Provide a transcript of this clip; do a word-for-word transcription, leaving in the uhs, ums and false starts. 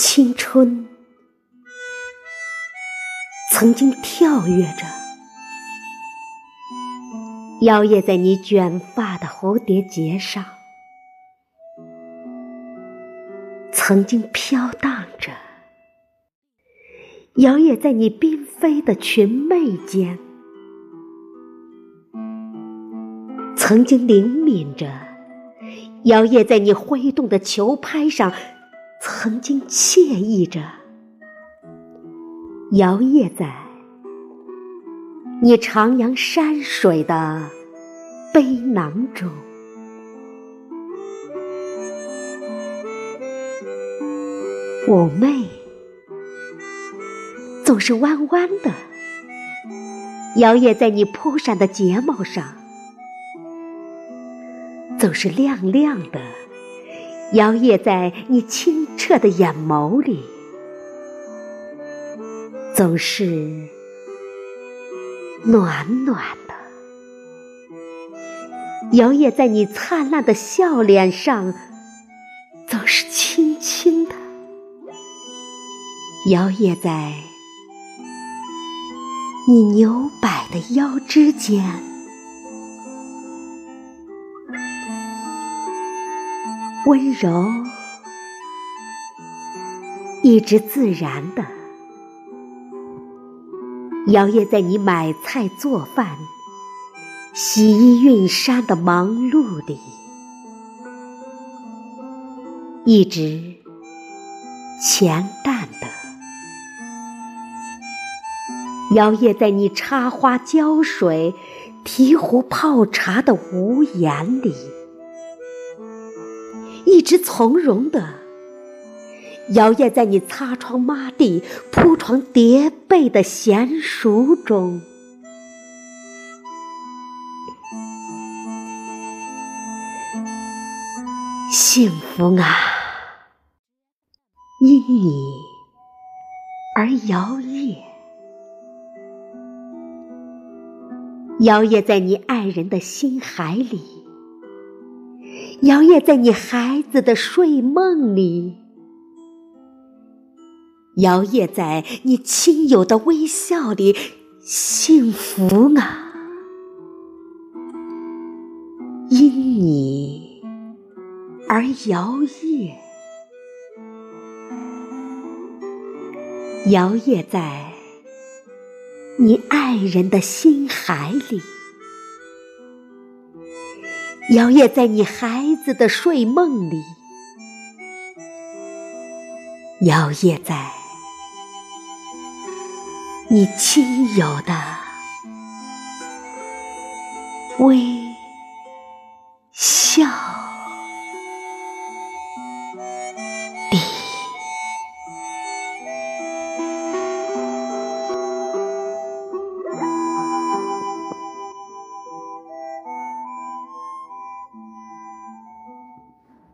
青春曾经跳跃着，摇曳在你卷发的蝴蝶结上，曾经飘荡着，摇曳在你缤飞的裙袂间，曾经灵敏着，摇曳在你挥动的球拍上，曾经惬意着，摇曳在你徜徉山水的背囊中。妩媚总是弯弯的，摇曳在你扑闪的睫毛上，总是亮亮的，摇曳在你清澈的眼眸里，总是暖暖的，摇曳在你灿烂的笑脸上，总是轻轻的，摇曳在你扭摆的腰肢间。温柔一直自然的，摇曳在你买菜做饭、洗衣熨衫的忙碌里，一直恬淡的，摇曳在你插花浇水、提壶泡茶的无言里，一直从容的，摇曳在你擦窗抹地、铺床叠被的娴熟中。幸福啊，因你而摇曳，摇曳在你爱人的心海里，摇曳在你孩子的睡梦里，摇曳在你亲友的微笑里。幸福啊，因你而摇曳，摇曳在你爱人的心海里，摇曳在你孩子的睡梦里，摇曳在你亲友的微